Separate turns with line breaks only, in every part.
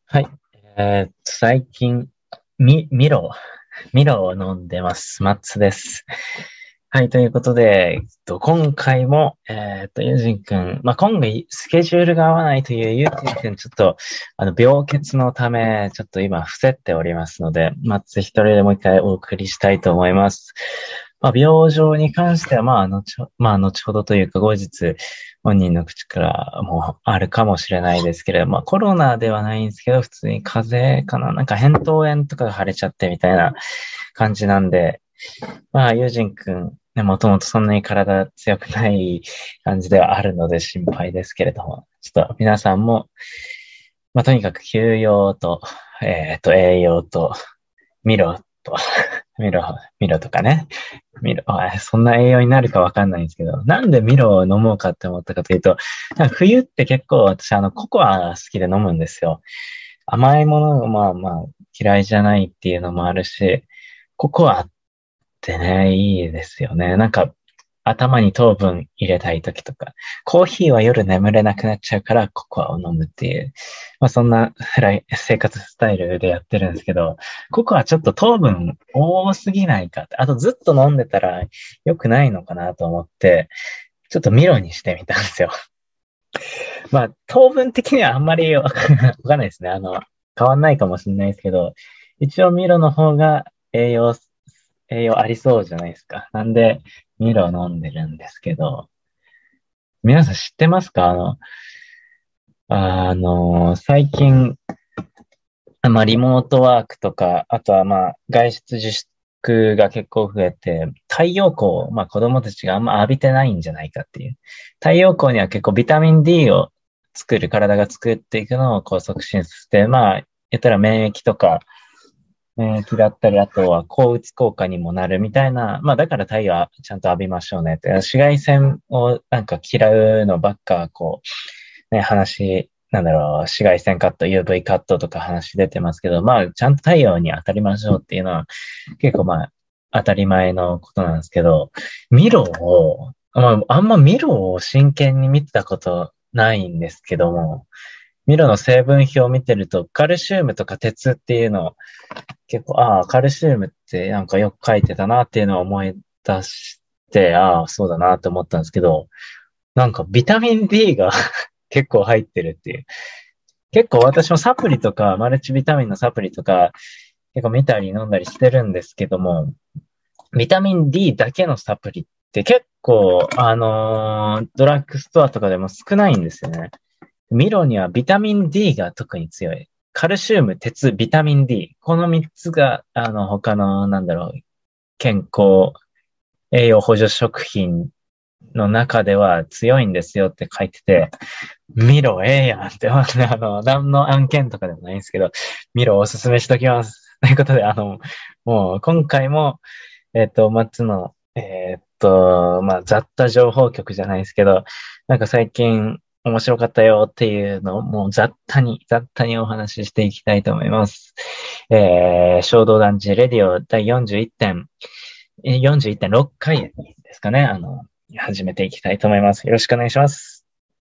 はい。最近、ミロを飲んでます。マッツです。はい。ということで、今回も、ユージンくん、今回スケジュールが合わないというユージンくん、ちょっと、病欠のため、ちょっと今、伏せっておりますので、マッツ一人でもう一回お送りしたいと思います。病状に関しては、後ほどというか、後日、本人の口からもあるかもしれないですけれども、コロナではないんですけど、普通に風邪かな、なんか扁桃炎とかが腫れちゃってみたいな感じなんで、ユージンくん、ね、もともとそんなに体強くない感じではあるので心配ですけれども、ちょっと皆さんも、とにかく休養と、栄養と、ミロと、ミロとかね。そんな栄養になるかわかんないんですけど、なんでミロを飲もうかって思ったかというと、なんか冬って結構私ココア好きで飲むんですよ。甘いものが嫌いじゃないっていうのもあるし、ココアってね、いいですよね。なんか頭に糖分入れたい時とか、コーヒーは夜眠れなくなっちゃうからココアを飲むっていう、そんな生活スタイルでやってるんですけど、ココアちょっと糖分多すぎないかって、あとずっと飲んでたら良くないのかなと思って、ちょっとミロにしてみたんですよ。糖分的にはあんまりわかんないですね。変わんないかもしれないですけど、一応ミロの方が栄養ありそうじゃないですか。なんで、ミロ飲んでるんですけど、皆さん知ってますか？最近、リモートワークとか、あとは外出自粛が結構増えて、太陽光を、子供たちがあんま浴びてないんじゃないかっていう。太陽光には結構ビタミン D を体が作っていくのを促進させて、言ったら免疫だったり、あとは抗うつ効果にもなるみたいな、だから太陽はちゃんと浴びましょうねって、紫外線をなんか嫌うのばっか、紫外線カット、UV カットとか話出てますけど、ちゃんと太陽に当たりましょうっていうのは、結構当たり前のことなんですけど、ミロを、あんまミロを真剣に見てたことないんですけども、ミロの成分表を見てると、カルシウムとか鉄っていうのを結構、カルシウムってなんかよく書いてたなっていうのを思い出して、そうだなって思ったんですけど、なんかビタミン D が結構入ってるっていう。結構私もサプリとか、マルチビタミンのサプリとか、結構見たり飲んだりしてるんですけども、ビタミン D だけのサプリって結構、ドラッグストアとかでも少ないんですよね。ミロにはビタミン D が特に強い。カルシウム、鉄、ビタミン D。この3つが、他の、健康、栄養補助食品の中では強いんですよって書いてて、ミロええやんって、何の案件とかでもないんですけど、ミロおすすめしときます。ということで、もう今回も、松の、雑多情報局じゃないですけど、なんか最近面白かったよっていうのをもう雑多にお話ししていきたいと思います。衝動団地レディオ第41点、41.6回ですかね。始めていきたいと思います。よろしくお願いします。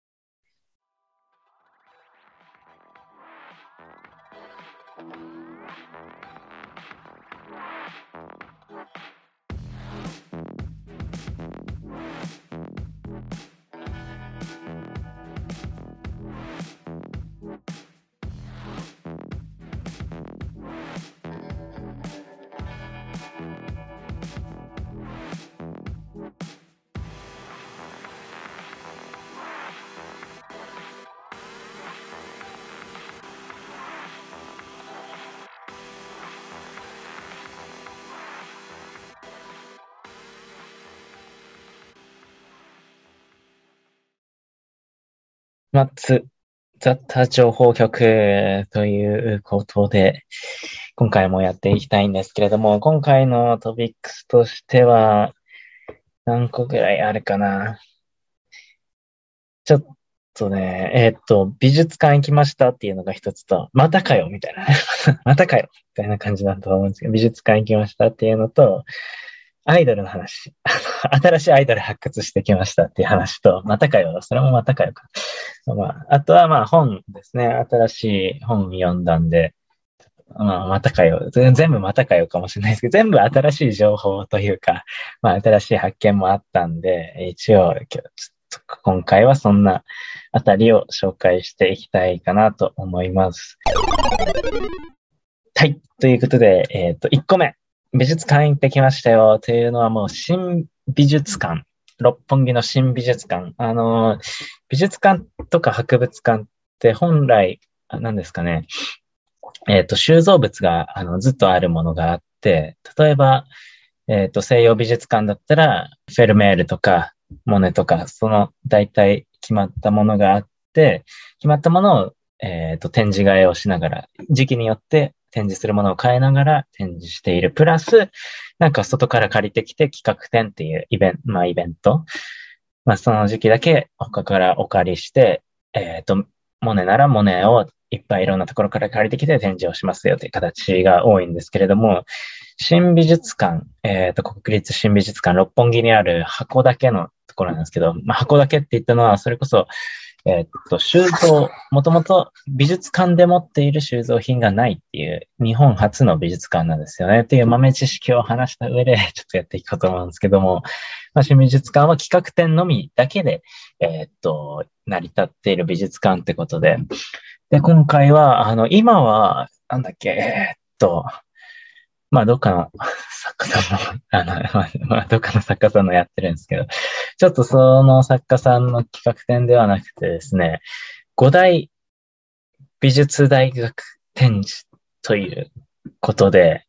松、雑多情報局ということで、今回もやっていきたいんですけれども、今回のトピックスとしては、何個ぐらいあるかな。ちょっとね、美術館行きましたっていうのが一つと、またかよみたいなね。またかよみたいな感じだと思うんですけど、美術館行きましたっていうのと、 アイドルの話。新しいアイドル発掘してきましたっていう話と、またかよ。それもまたかよか。まあ、あとはまあ本ですね。新しい本読んだんで、まあ、またかよ。全部またかよかもしれないですけど、全部新しい情報というか、まあ、新しい発見もあったんで、一応、今回はそんなあたりを紹介していきたいかなと思います。はい。ということで、1個目。美術館行ってきましたよ。というのはもう新美術館。六本木の新美術館。美術館とか博物館って本来、何ですかね。収蔵物が、ずっとあるものがあって、例えば、西洋美術館だったら、フェルメールとか、モネとか、その大体決まったものがあって、決まったものを、展示替えをしながら、時期によって展示するものを変えながら展示している。プラス、なんか外から借りてきて企画展っていうイベント。まあ、その時期だけ他からお借りして、モネならモネをいっぱいいろんなところから借りてきて展示をしますよという形が多いんですけれども、新美術館、国立新美術館六本木にある箱だけのところなんですけど、まあ、箱だけって言ったのは、それこそ、収蔵、もともと美術館で持っている収蔵品がないっていう日本初の美術館なんですよねっていう豆知識を話した上でちょっとやっていこうと思うんですけども、まあ、新美術館は企画展のみだけで、成り立っている美術館ってことで、で、今回は、今は、なんだっけ、まあ、どっかの作家さんの、どっかの作家さんのやってるんですけど、ちょっとその作家さんの企画展ではなくてですね、五大美術大学展示ということで、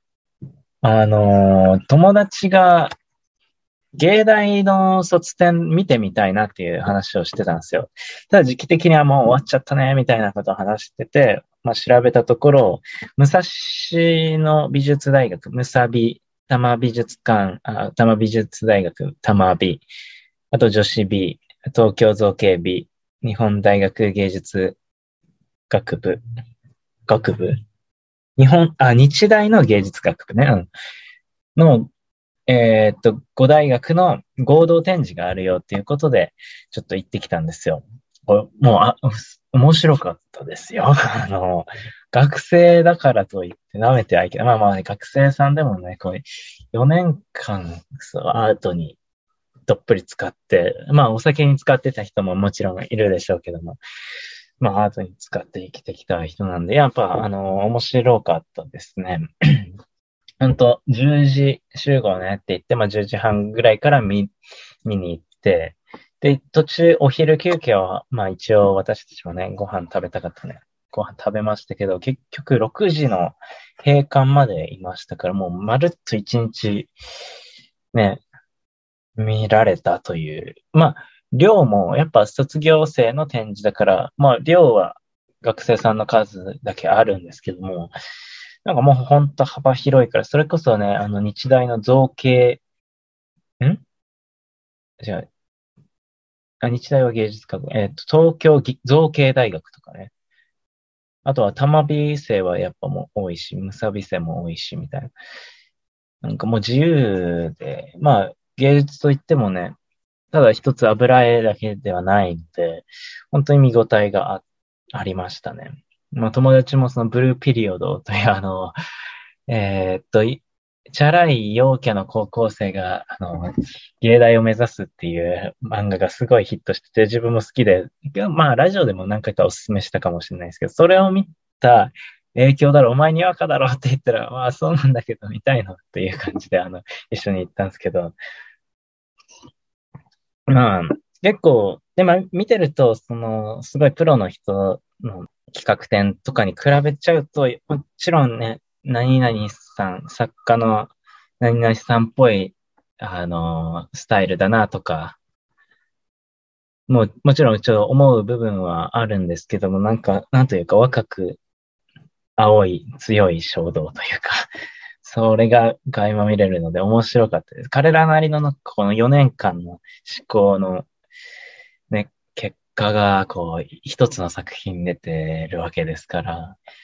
友達が芸大の卒展見てみたいなっていう話をしてたんですよ。ただ時期的にはもう終わっちゃったね、みたいなことを話してて、まあ調べたところ、武蔵野美術大学、武蔵美、多摩美術館、多摩美術大学、多摩美、あと女子美、東京造形美、日本大学芸術学部、学部日大の芸術学部ね、の、5大学の合同展示があるよっていうことで、ちょっと行ってきたんですよ。面白かったですよ。学生だからといって舐めてはいけない。まあまあね、学生さんでもね、こう、4年間、そう、アートにどっぷり使って、まあお酒に使ってた人ももちろんいるでしょうけども、まあアートに使って生きてきた人なんで、やっぱ、面白かったですね。10時集合ねって言って、まあ10時半ぐらいから見に行って、で、途中お昼休憩は、まあ一応私たちもね、ご飯食べたかったね。ご飯食べましたけど、結局6時の閉館までいましたから、もうまるっと1日ね、見られたという。まあ、量もやっぱ卒業生の展示だから、まあ量は学生さんの数だけあるんですけども、なんかもうほんと幅広いから、それこそね、日大の造形、んじゃ日大は芸術科、東京造形大学とかね。あとは玉美生はやっぱもう多いし、むさび生も多いし、みたいな。なんかもう自由で、まあ芸術といってもね、ただ一つ油絵だけではないので、本当に見応えがありましたね。まあ友達もそのブルーピリオドというえーっと、いチャラい陽キャの高校生が、芸大を目指すっていう漫画がすごいヒットしてて、自分も好きで、まあ、ラジオでも何回かお勧めしたかもしれないですけど、それを見た影響だろ、お前にわかだろって言ったら、まあ、そうなんだけど、見たいのっていう感じで、一緒に行ったんですけど、まあ、結構、でも見てると、すごいプロの人の企画展とかに比べちゃうと、もちろんね、何々さん、作家の何々さんっぽい、スタイルだなとか、もちろんちょっと思う部分はあるんですけども、なんというか若く青い強い衝動というか、それが垣間見れるので面白かったです。彼らなりのこの4年間の思考のね、結果が、こう、一つの作品に出てるわけですから、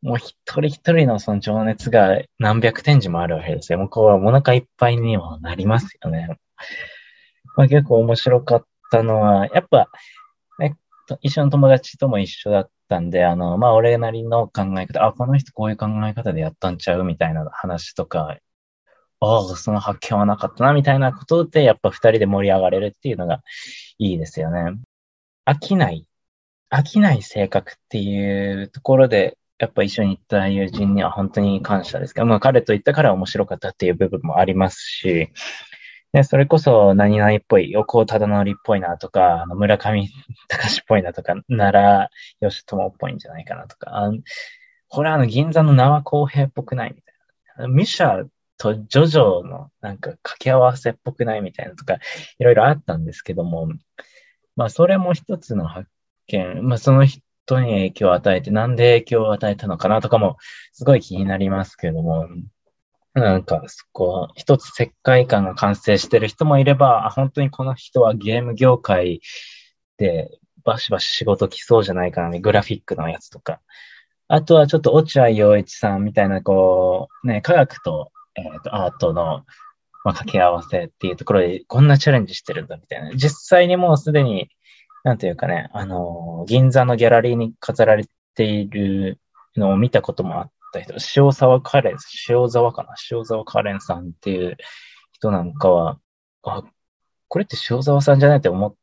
もう一人一人のその情熱が何百展示もあるわけですよ。もうこう、お腹いっぱいにはなりますよね。まあ、結構面白かったのは、やっぱ、ね、一緒の友達とも一緒だったんで、まあ、俺なりの考え方、あ、この人こういう考え方でやったんちゃうみたいな話とか、ああ、その発見はなかったな、みたいなことで、やっぱ二人で盛り上がれるっていうのがいいですよね。飽きない、飽きない性格っていうところで、やっぱ一緒に行った友人には本当に感謝ですけど、まあ彼と行ったから面白かったっていう部分もありますし、で、それこそ何々っぽい、横尾忠則っぽいなとか、村上隆っぽいなとか、奈良義朝っぽいんじゃないかなとか、これ銀座の縄公平っぽくないみたいな。ミシャとジョジョのなんか掛け合わせっぽくないみたいなとか、いろいろあったんですけども、まあそれも一つの発見、まあその人に影響を与えて、なんで影響を与えたのかなとかも、すごい気になりますけれども、なんか、そこ、一つ世界観が完成してる人もいれば、あ、本当にこの人はゲーム業界でバシバシ仕事来そうじゃないかな、ね、グラフィックのやつとか。あとはちょっと落合陽一さんみたいな、こう、ね、科学と、アートの、まあ、掛け合わせっていうところで、こんなチャレンジしてるんだみたいな。実際にもうすでに、なんていうかね、銀座のギャラリーに飾られているのを見たこともあった人、塩沢かな塩沢カレンさんっていう人なんかは、あ、これって塩沢さんじゃないって思って、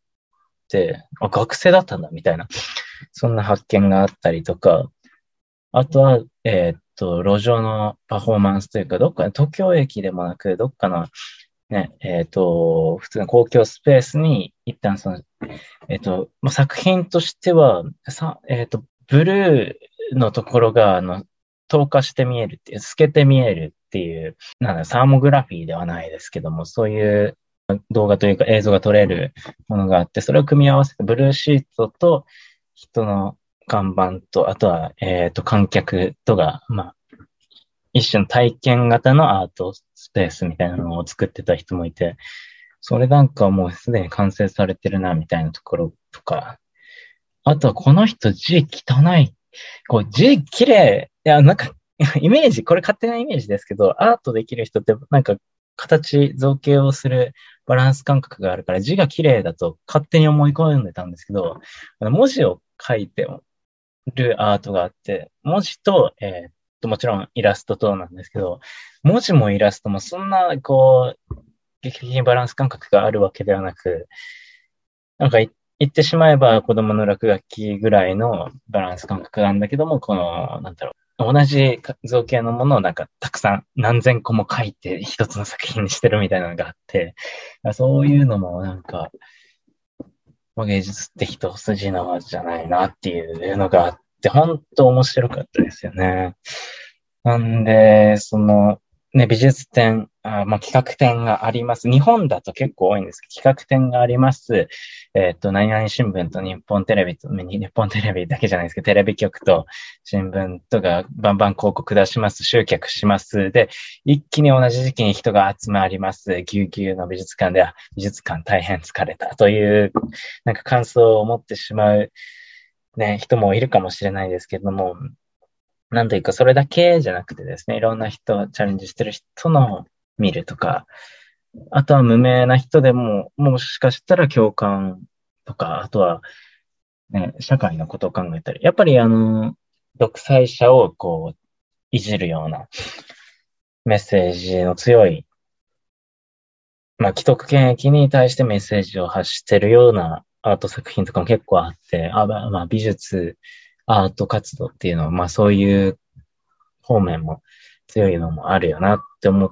あ、学生だったんだみたいな、そんな発見があったりとか、あとは、路上のパフォーマンスというか、どっか、東京駅でもなく、どっかのね、普通の公共スペースに一旦その、まあ、作品としては、ブルーのところが、透過して見えるっていう、透けて見えるっていう、なんだ、サーモグラフィーではないですけども、そういう動画というか映像が撮れるものがあって、それを組み合わせて、ブルーシートと人の看板と、あとは、観客とが、まあ、一種の体験型のアートスペースみたいなのを作ってた人もいて、それなんかもうすでに完成されてるな、みたいなところとか、あとはこの人字汚い。こう字綺麗。いや、なんか、イメージ、これ勝手なイメージですけど、アートできる人ってなんか形、造形をするバランス感覚があるから字が綺麗だと勝手に思い込んでたんですけど、文字を書いてるアートがあって、文字と、もちろんイラストとなんですけど、文字もイラストもそんな、こう、劇的にバランス感覚があるわけではなく、なんか言ってしまえば子供の落書きぐらいのバランス感覚なんだけども、この、なんだろう、同じ造形のものをなんかたくさん何千個も書いて一つの作品にしてるみたいなのがあって、そういうのもなんか、芸術って一筋縄じゃないなっていうのがあって、本当面白かったですよね。なんで、その、ね、美術展、まあ、企画展があります。日本だと結構多いんですけど、企画展があります。何々新聞と日本テレビと、日本テレビだけじゃないですけど、テレビ局と新聞とかバンバン広告出します。集客します。で、一気に同じ時期に人が集まります。ぎゅうぎゅうの美術館で、美術館大変疲れたという、なんか感想を持ってしまう、ね、人もいるかもしれないですけども、なんというか、それだけじゃなくてですね、いろんな人、チャレンジしてる人の見るとか、あとは無名な人でも、もしかしたら共感とか、あとはね、社会のことを考えたり、やっぱり独裁者をこう、いじるようなメッセージの強い、まあ、既得権益に対してメッセージを発してるようなアート作品とかも結構あって、まあ、美術、アート活動っていうのは、まあそういう方面も強いのもあるよなって思って、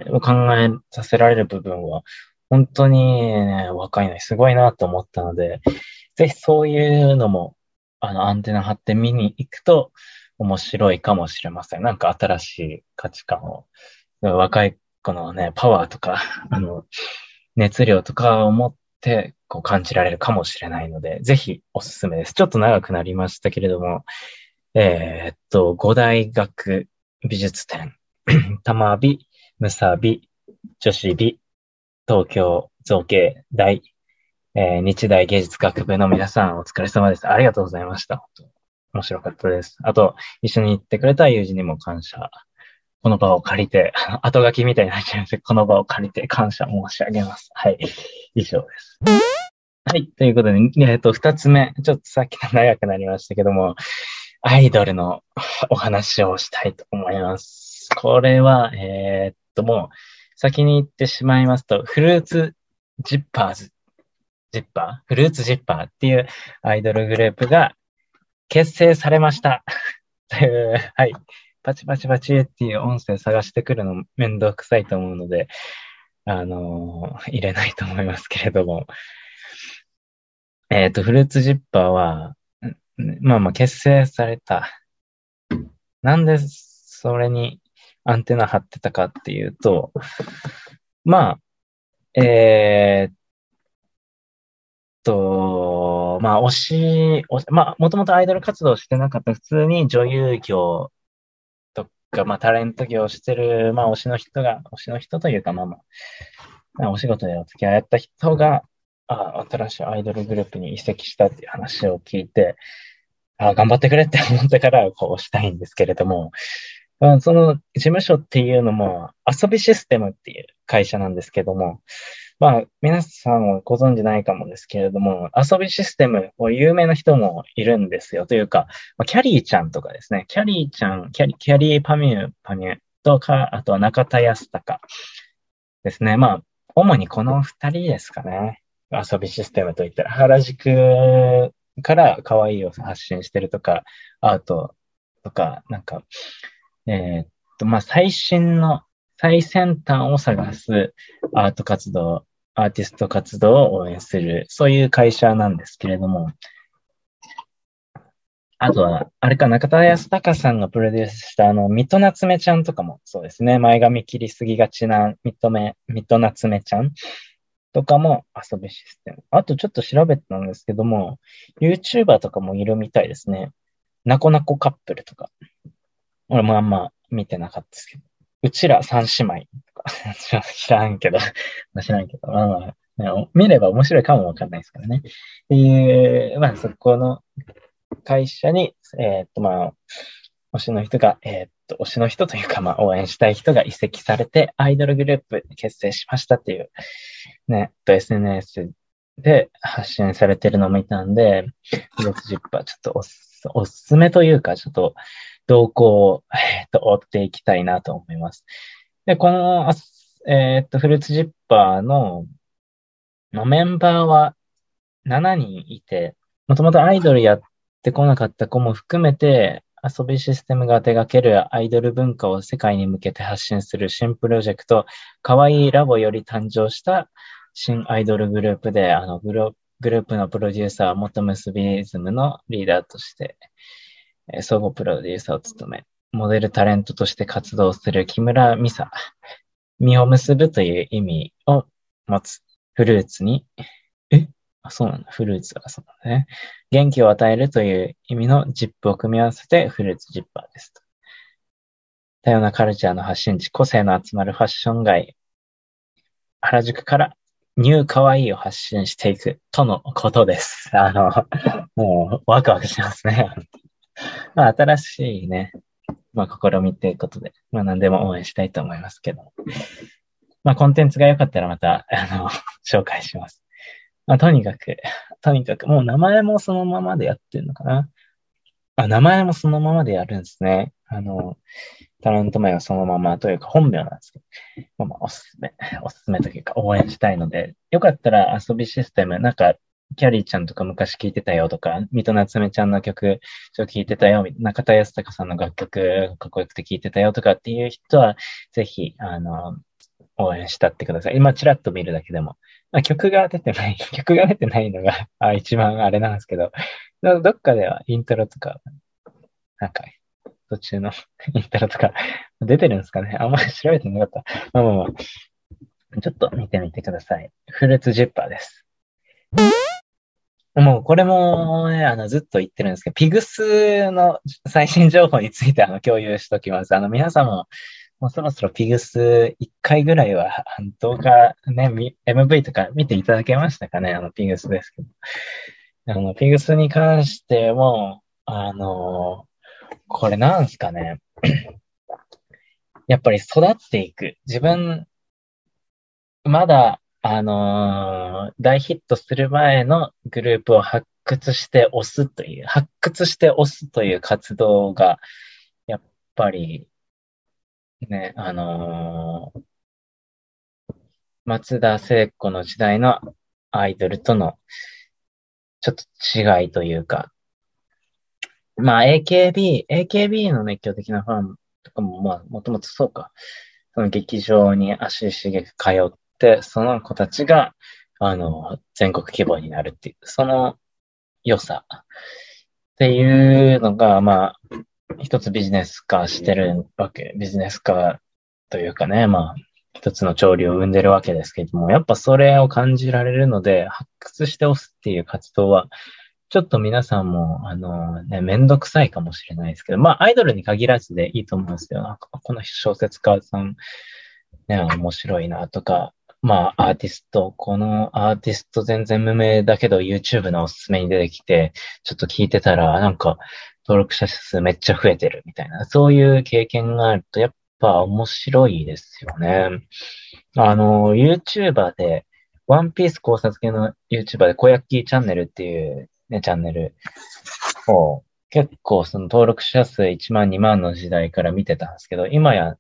考えさせられる部分は、本当にね、若いのにすごいなと思ったので、ぜひそういうのも、アンテナ張って見に行くと面白いかもしれません。なんか新しい価値観を、若い子のね、パワーとか、熱量とかを持って、こう感じられるかもしれないので、ぜひおすすめです。ちょっと長くなりましたけれども、五大学美術展、玉美、むさび、女子美、東京造形大、日大芸術学部の皆さんお疲れ様です。ありがとうございました。 面白かったです。あと、一緒に行ってくれた友人にも感謝。この場を借りて、後書きみたいになっちゃいましたけど、この場を借りて感謝申し上げます。はい。以上です。はい。ということで、二つ目。ちょっとさっきの長くなりましたけども、アイドルのお話をしたいと思います。これは、もう、先に言ってしまいますと、フルーツジッパーズ、フルーツジッパーっていうアイドルグループが結成されました。という、はい。パチパチパチっていう音声探してくるのめんどくさいと思うので、入れないと思いますけれども。フルーツジッパーは、結成された。なんでそれにアンテナ張ってたかっていうと、まあ、もともとアイドル活動してなかった普通に女優業とか、タレント業をしてる、推しの人というか、お仕事でお付き合いあった人が、新しいアイドルグループに移籍したっていう話を聞いて、頑張ってくれって思ってからこうしたいんですけれども、その事務所っていうのも、遊びシステムっていう会社なんですけども、皆さんはご存知ないかもですけれども、遊びシステム、有名な人もいるんですよ。というか、キャリーちゃんとかですね。キャリーちゃん、キャリーパミュとか、あとは中田康隆ですね。主にこの二人ですかね。遊びシステムといったら、原宿から可愛いを発信してるとか、アートとか、最新の最先端を探すアート活動、アーティスト活動を応援する、そういう会社なんですけれども、あとは、あれか、中田康隆さんがプロデュースした水戸夏目ちゃんとかもそうですね。前髪切りすぎがちな水戸夏目ちゃんとかも遊びシステム。あとちょっと調べてたんですけども、YouTuber とかもいるみたいですね。なこなこカップルとか。俺もあんま見てなかったですけど。うちら三姉妹とか。知らんけど。知らんけど。見れば面白いかもわかんないですからね。っていう、そこの会社に、推しの人が、推しの人というか、応援したい人が移籍されて、アイドルグループ結成しましたっていう、ね、SNS で発信されてるのを見たんで、フルーツジッパーちょっとおすすめというか、ちょっと動向を、追っていきたいなと思います。で、この、フルーツジッパーのメンバーは7人いて、もともとアイドルやってこなかった子も含めて、遊びシステムが手掛けるアイドル文化を世界に向けて発信する新プロジェクト、かわいいラボより誕生した新アイドルグループで、グループのプロデューサー、元結びズムのリーダーとして、総合プロデューサーを務め、モデルタレントとして活動する木村美沙、実を結ぶという意味を持つフルーツに、そうなんだ。フルーツがそうなんだね。元気を与えるという意味のジップを組み合わせてフルーツジッパーですと。多様なカルチャーの発信地、個性の集まるファッション街、原宿からニューカワイイを発信していくとのことです。もうワクワクしますね。新しいね、試みということで、何でも応援したいと思いますけど。コンテンツが良かったらまた、紹介します。とにかく、もう名前もそのままでやってるのかな。名前もそのままでやるんですね。タレント名はそのままというか本名なんですけど、おすすめというか応援したいので、よかったら遊びシステム、キャリーちゃんとか昔聴いてたよとか、水戸夏目ちゃんの曲、ちょっと聴いてたよ、中田康隆さんの楽曲、かっこよくて聴いてたよとかっていう人は、ぜひ、応援したってください。今、ちらっと見るだけでも。曲が出てないのが、一番あれなんですけど、どっかではイントロとか、途中のイントロとか出てるんですかね。あんまり調べてなかった。ちょっと見てみてください。フルーツジッパーです。もうこれもね、ずっと言ってるんですけど、ピグスの最新情報について共有しておきます。皆さんもうそろそろピグス1回ぐらいは動画ね、MV とか見ていただけましたかね。ピグスですけど。ピグスに関しても、 これなんすかね。やっぱり育っていく。自分、まだ、大ヒットする前のグループを発掘して押すという活動が、やっぱりね、松田聖子の時代のアイドルとのちょっと違いというか、まあ AKB の熱狂的なファンとかも、まあもともとそうか、その劇場に足しげく通って、その子たちが、全国規模になるっていう、その良さっていうのが、まあ、一つビジネス化してるわけ、ビジネス化というかね、まあ、一つの潮流を生んでるわけですけれども、やっぱそれを感じられるので、発掘して押すっていう活動は、ちょっと皆さんも、めんどくさいかもしれないですけど、まあ、アイドルに限らずでいいと思うんですよ。なんかこの小説家さん、ね、面白いなとか、まあ、このアーティスト全然無名だけど YouTube のおすすめに出てきて、ちょっと聞いてたら、なんか、登録者数めっちゃ増えてるみたいな、そういう経験があると、やっぱ面白いですよね。YouTuber で、ワンピース考察系の YouTuber で、小焼きチャンネルっていうね、チャンネルを、結構その登録者数1万2万の時代から見てたんですけど、今や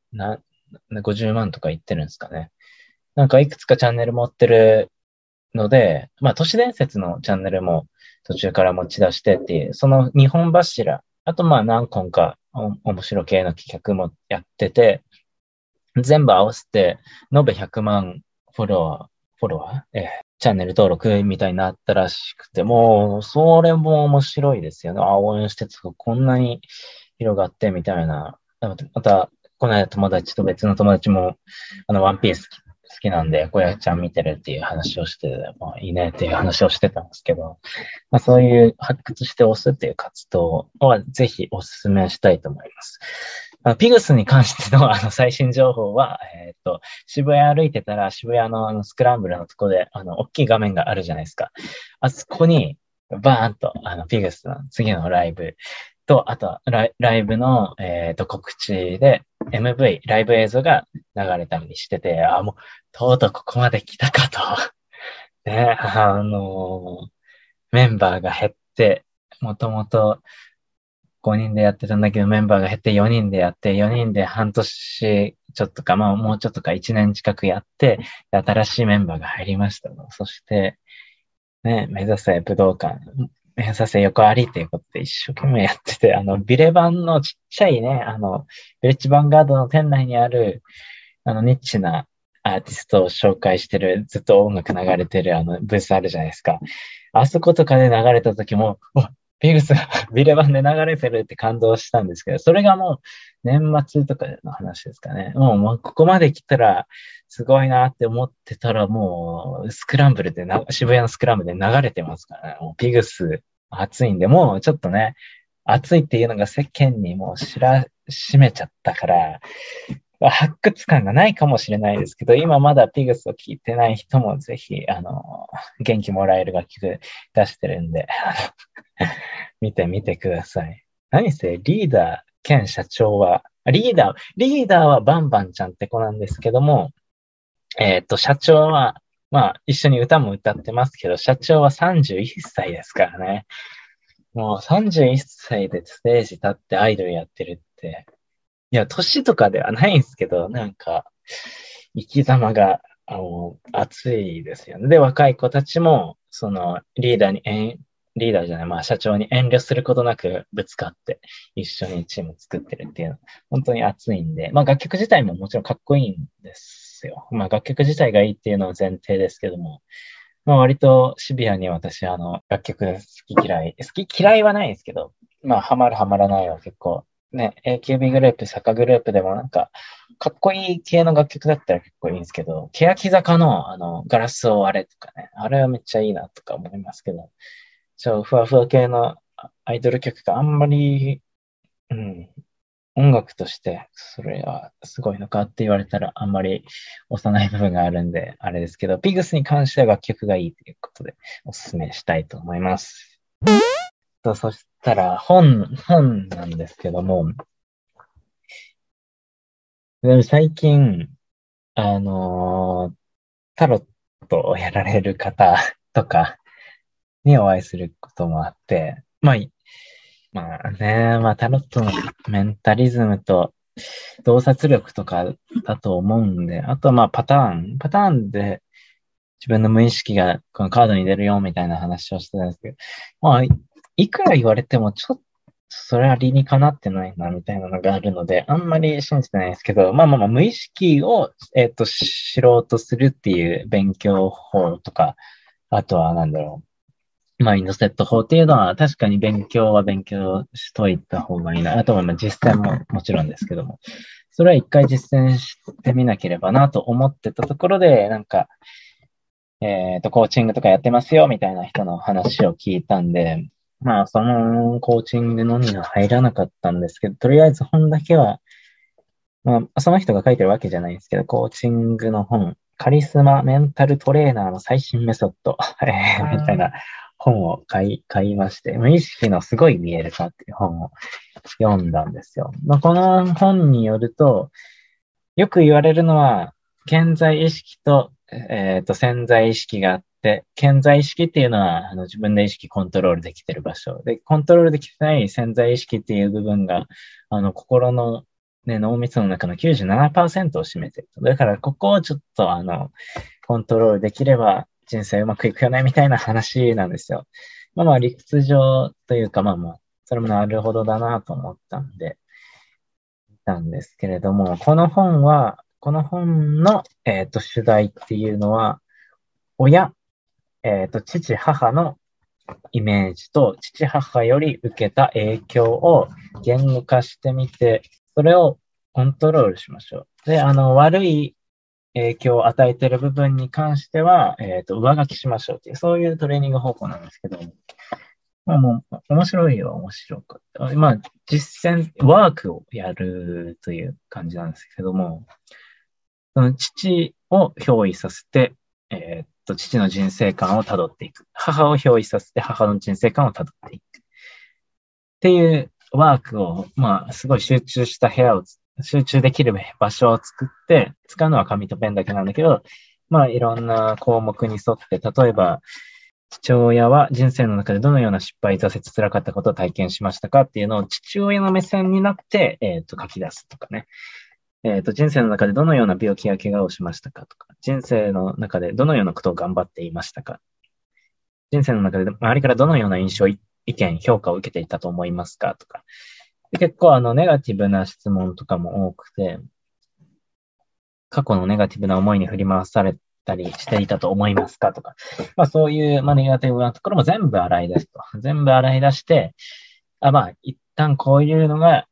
50万とか言ってるんですかね。なんかいくつかチャンネル持ってるので、まあ都市伝説のチャンネルも途中から持ち出してっていう、その2本柱、あとまあ何本か面白系の企画もやってて、全部合わせて延べ100万フォロワー、チャンネル登録みたいになったらしくて、もう、それも面白いですよね。あ、応援してつこんなに広がってみたいな。また、この間別の友達も、ワンピース好きなんで、小屋ちゃん見てるっていう話をして、まあ、いいねっていう話をしてたんですけど、まあ、そういう発掘して押すっていう活動はぜひお勧めしたいと思います。ピグスに関しての最新情報は、渋谷歩いてたら渋谷のスクランブルのとこで、大きい画面があるじゃないですか。あそこに、バーンと、ピグスの次のライブと、あとはライブの、告知で MV、ライブ映像が流れたりしてて、あ、もう、とうとうここまで来たかと。ね、メンバーが減って、もともと5人でやってたんだけど、メンバーが減って4人でやって、4人で半年ちょっとか、まあもうちょっとか1年近くやって、新しいメンバーが入りましたと。そして、ね、目指せ武道館、目指せ横ありっていうことで一生懸命やってて、ビレバンのちっちゃいね、ビレッジヴァンガードの店内にある、ニッチなアーティストを紹介してる、ずっと音楽流れてるブースあるじゃないですか。あそことかで流れた時も、ピグスがビレバンで流れてるって感動したんですけど、それがもう年末とかの話ですかね。もうここまで来たらすごいなって思ってたらもうスクランブルで渋谷のスクランブルで流れてますからね。もうピグス暑いんで、もうちょっとね、暑いっていうのが世間にもう知らしめちゃったから、発掘感がないかもしれないですけど、今まだピグスを聞いてない人もぜひ、元気もらえる楽曲出してるんで、見てみてください。何せリーダー兼社長は、リーダーはバンバンちゃんって子なんですけども、社長は、まあ、一緒に歌も歌ってますけど、社長は31歳ですからね。もう31歳でステージ立ってアイドルやってるって、いや、年とかではないんですけど、なんか、生き様が、熱いですよね。で、若い子たちも、その、リーダーじゃない、まあ、社長に遠慮することなくぶつかって、一緒にチーム作ってるっていうの、本当に熱いんで、まあ、楽曲自体ももちろんかっこいいんですよ。まあ、楽曲自体がいいっていうのは前提ですけども、まあ、割とシビアに私、楽曲好き嫌いはないですけど、まあ、ハマるハマらないは結構、ね、AKB グループ、坂グループでもなんか、かっこいい系の楽曲だったら結構いいんですけど、欅坂のガラスを割れとかね、あれはめっちゃいいなとか思いますけど、ふわふわ系のアイドル曲があんまり、うん、音楽としてそれはすごいのかって言われたらあんまり幼い部分があるんで、あれですけど、ピグスに関しては楽曲がいいということでお勧めしたいと思います。そしたら本なんですけども、でも最近、あのータロットをやられる方とかにお会いすることもあって、まあタロットのメンタリズムと洞察力とかだと思うんで、あとはまあパターンで自分の無意識がこのカードに出るよみたいな話をしてたんですけど、まあ、いくら言われてもちょっとそれは理にかなってないなみたいなのがあるので、あんまり信じてないですけど、まあ、無意識を、知ろうとするっていう勉強法とか、あとはなんだろマインドセット法っていうのは、確かに勉強は勉強しといた方がいいな。あとはまあ実践ももちろんですけども。それは一回実践してみなければなと思ってたところで、なんか、コーチングとかやってますよみたいな人の話を聞いたんで、まあ、そのコーチングのには入らなかったんですけど、とりあえず本だけは、まあ、その人が書いてるわけじゃないんですけど、コーチングの本、カリスマメンタルトレーナーの最新メソッド、みたいな本を買いまして、無意識のすごい見える化っていう本を読んだんですよ。まあ、この本によると、よく言われるのは、潜在意識と、潜在意識があって、潜在意識っていうのは、自分で意識コントロールできてる場所。で、コントロールできてない潜在意識っていう部分が、心の、ね、脳みその中の97%を占めてると。だから、ここをちょっと、コントロールできれば、人生うまくいくよね、みたいな話なんですよ。理屈上というか、それもなるほどだなと思ったんで、なんですけれども、この本の、主題っていうのは、親、父、母のイメージと、父、母より受けた影響を言語化してみて、それをコントロールしましょう。で、悪い影響を与えている部分に関しては、上書きしましょうっていう、そういうトレーニング方法なんですけど、もう、面白いよ、面白かった。実践、ワークをやるという感じなんですけども、その父を憑依させて、父の人生観をたどっていく。母を憑依させて、母の人生観をたどっていく。っていうワークを、すごい集中した部屋を、集中できる場所を作って、使うのは紙とペンだけなんだけど、いろんな項目に沿って、例えば、父親は人生の中でどのような失敗、挫折、辛かったことを体験しましたかっていうのを父親の目線になって、書き出すとかね。人生の中でどのような病気や怪我をしましたかとか、人生の中でどのようなことを頑張っていましたか、人生の中で周りからどのような印象、意見、評価を受けていたと思いますかとか。で結構ネガティブな質問とかも多くて、過去のネガティブな思いに振り回されたりしていたと思いますかとか。そういう、ネガティブなところも全部洗い出すと。全部洗い出して、一旦こういうのが、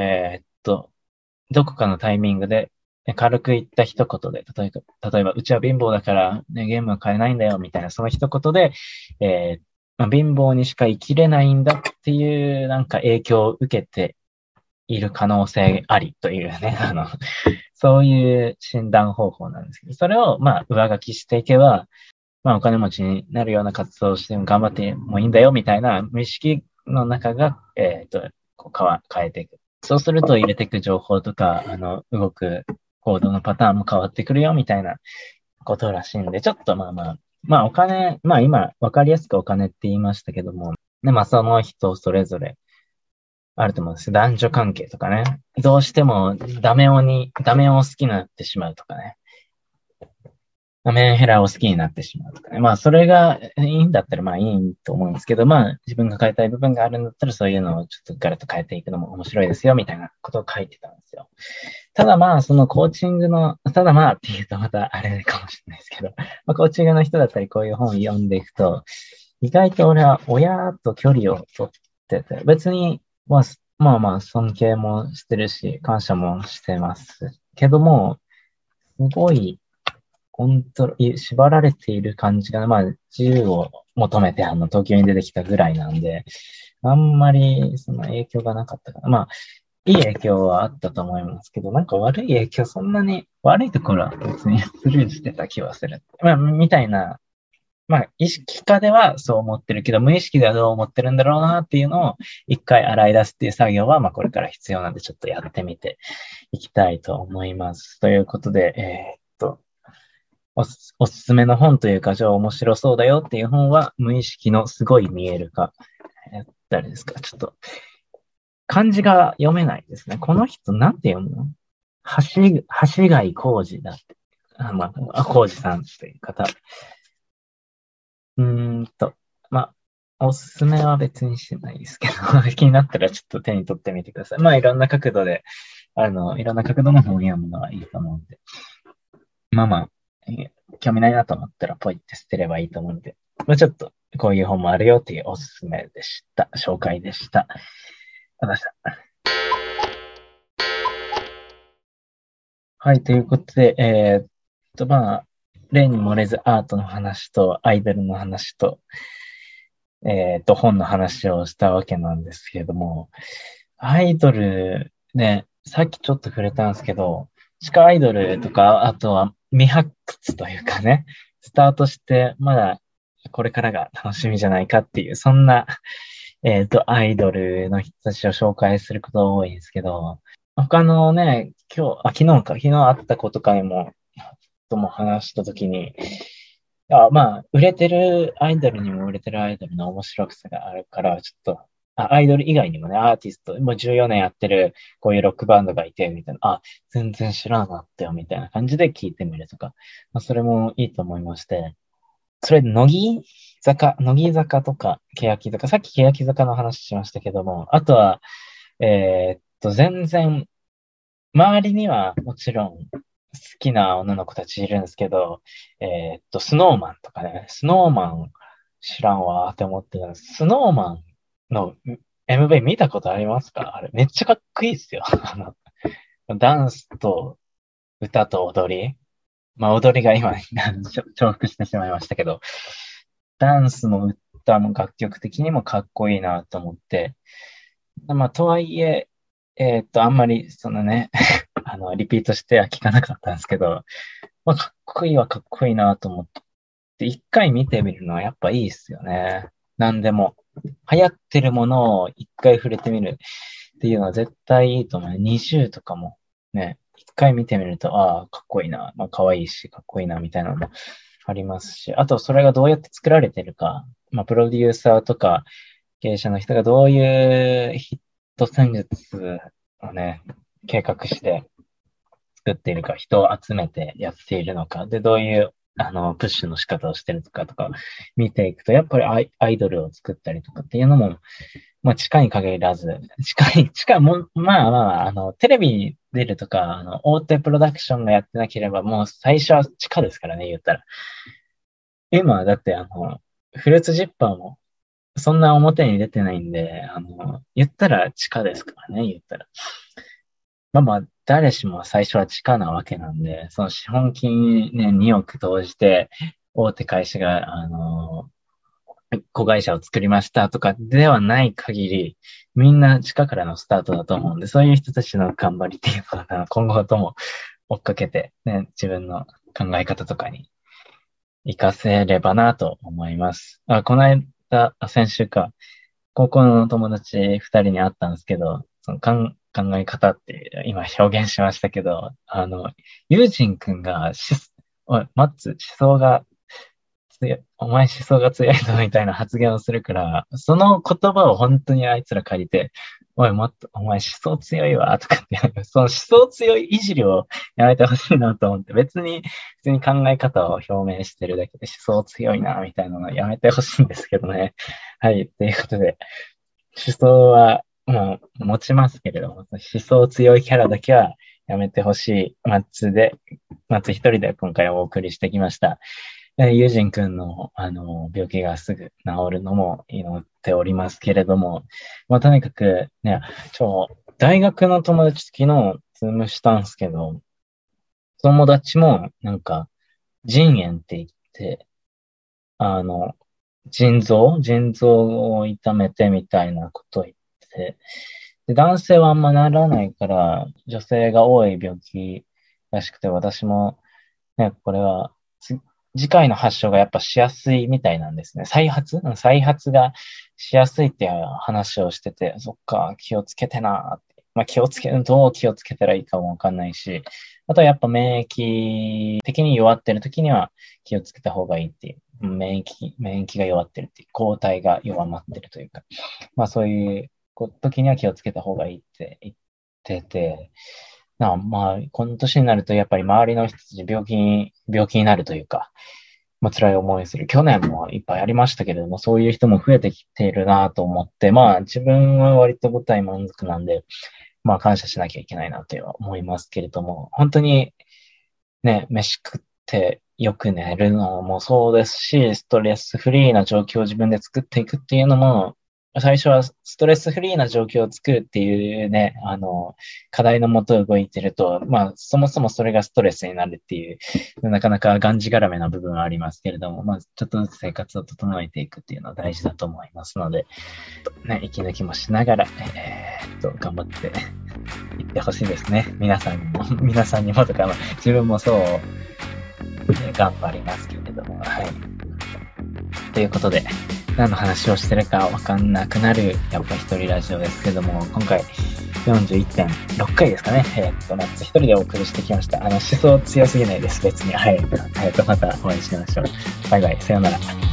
どこかのタイミングで軽く言った一言で、例えば、うちは貧乏だから、ね、ゲームは買えないんだよ、みたいな、その一言で、貧乏にしか生きれないんだっていう、なんか影響を受けている可能性ありというね、そういう診断方法なんですけど、それを、上書きしていけば、お金持ちになるような活動をしても頑張ってもいいんだよ、みたいな無意識の中が、変えていく。そうすると入れていく情報とか、動く行動のパターンも変わってくるよ、みたいなことらしいんで、ちょっとお金、今、わかりやすくお金って言いましたけども、で、その人それぞれあると思うんです。男女関係とかね。どうしてもダメ男を好きになってしまうとかね。メンヘラを好きになってしまうとかね。それがいいんだったらいいと思うんですけど、自分が変えたい部分があるんだったらそういうのをちょっとガラッと変えていくのも面白いですよ、みたいなことを書いてたんですよ。ただそのコーチングの、ただって言うとまたあれかもしれないですけど、コーチングの人だったりこういう本を読んでいくと、意外と俺は親と距離を取ってて、別に、尊敬もしてるし、感謝もしてますけども、すごい、縛られている感じが、自由を求めて東京に出てきたぐらいなんで、あんまりその影響がなかったかな。いい影響はあったと思いますけど、なんか悪い影響、そんなに悪いところは別にスルーしてた気はする。みたいなまあ、意識下ではそう思ってるけど、無意識ではどう思ってるんだろうなっていうのを一回洗い出すっていう作業は、まあ、これから必要なんで、ちょっとやってみていきたいと思います。ということで、おすすめの本というか、面白そうだよっていう本は、無意識のすごい見えるか。誰ですか？ちょっと、漢字が読めないですね。この人、なんて読むの？橋貝浩二だって。浩二さんという方。うーんと、まおすすめは別にしてないですけど、気になったらちょっと手に取ってみてください。いろんな角度で、いろんな角度の本を読むのはいいと思うんで。まあまあ、興味ないなと思ったらポイって捨てればいいと思うんで。ちょっと、こういう本もあるよっていうおすすめでした。紹介でした。私はい、ということで、例に漏れずアートの話とアイドルの話と、本の話をしたわけなんですけれども、アイドルね、さっきちょっと触れたんですけど、地下アイドルとか、あとは未発掘というかね、スタートしてまだこれからが楽しみじゃないかっていう、そんな、アイドルの人たちを紹介することが多いんですけど、他のね、昨日会った子とかにも話したときに、売れてるアイドルにも売れてるアイドルの面白さがあるから、ちょっと、アイドル以外にもね、アーティスト、もう14年やってる、こういうロックバンドがいて、みたいな、全然知らなかったよ、みたいな感じで聞いてみるとか、それもいいと思いまして、それ、乃木坂とか、欅坂、さっき欅坂の話しましたけども、あとは、全然、周りにはもちろん好きな女の子たちいるんですけど、スノーマンとかね、スノーマン知らんわーって思ってたんです。スノーマンの MV 見たことありますか？あれ、めっちゃかっこいいっすよ。ダンスと歌と踊り。踊りが今、重複してしまいましたけど、ダンスも歌も楽曲的にもかっこいいなと思って、とはいえ、あんまり、そのね、リピートしては聞かなかったんですけど、かっこいいはかっこいいなと思って、一回見てみるのはやっぱいいっすよね。なんでも。流行ってるものを一回触れてみるっていうのは絶対いいと思う。20とかもね、一回見てみると、かっこいいな、可愛いし、かっこいいな、みたいなのもありますし、あとそれがどうやって作られてるか、プロデューサーとか経営者の人がどういうヒット戦術をね、計画して作っているか、人を集めてやっているのか、で、どういう、プッシュの仕方をしてるのかとか見ていくと、やっぱりアイドルを作ったりとかっていうのも、地下に限らず、地下も、テレビに出るとか、大手プロダクションがやってなければ、もう最初は地下ですからね、言ったら。今、だって、フルーツジッパーも、そんな表に出てないんで、言ったら地下ですからね、言ったら。誰しも最初は地下なわけなんで、その資本金ね、2億投じて、大手会社が、子会社を作りましたとかではない限り、みんな地下からのスタートだと思うんで、そういう人たちの頑張りっていうのは、今後とも追っかけて、ね、自分の考え方とかに活かせればなと思います。この間、先週か、高校の友達二人に会ったんですけど、その考え方って今表現しましたけど、ユージンくんがおい、マッツ、思想がお前思想が強いぞみたいな発言をするから、その言葉を本当にあいつら借りて、おい、お前思想強いわ、とかって、その思想強いいじりをやめてほしいなと思って、普通に考え方を表明してるだけで思想強いな、みたいなのをやめてほしいんですけどね。はい、ということで、思想はもう持ちますけれども、思想強いキャラだけはやめてほしいマッツ一人で今回お送りしてきました。ユージン君の、病気がすぐ治るのも祈っておりますけれども、とにかくね、大学の友達昨日、ズームしたんすけど、友達も、腎炎って言って、あの、腎臓を痛めてみたいなことを言ってて、で、男性はあんまならないから、女性が多い病気らしくて、私も、ね、これは次回の発症がやっぱしやすいみたいなんですね。再発がしやすいっていう話をしてて、そっか、気をつけてなーって。まあどう気をつけたらいいかもわかんないし、あとはやっぱ免疫的に弱ってる時には気をつけた方がいいっていう。免疫が弱ってるっていう。抗体が弱まってるというか。まあそういう時には気をつけた方がいいって言ってて、まあ、この年になるとやっぱり周りの人たち病気になるというか、まあ辛い思いする。去年もいっぱいありましたけれども、そういう人も増えてきているなと思って、まあ自分は割と舞台満足なんで、まあ感謝しなきゃいけないなとは思いますけれども、本当にね、飯食ってよく寝るのもそうですし、ストレスフリーな状況を自分で作っていくっていうのも、最初はストレスフリーな状況を作るっていうね、課題のもと動いてると、まあ、そもそもそれがストレスになるっていう、なかなかがんじがらめな部分はありますけれども、まあ、ちょっとずつ生活を整えていくっていうのは大事だと思いますので、ね、息抜きもしながら、頑張っていってほしいですね。皆さんにもとか、自分もそう、頑張りますけれども、はい。ということで、何の話をしてるかわかんなくなる、やっぱ一人ラジオですけども、今回 41.6 回ですかね。ナッツ一人でお送りしてきました。思想強すぎないです、別に。はい。またお会いしましょう。バイバイ、さようなら。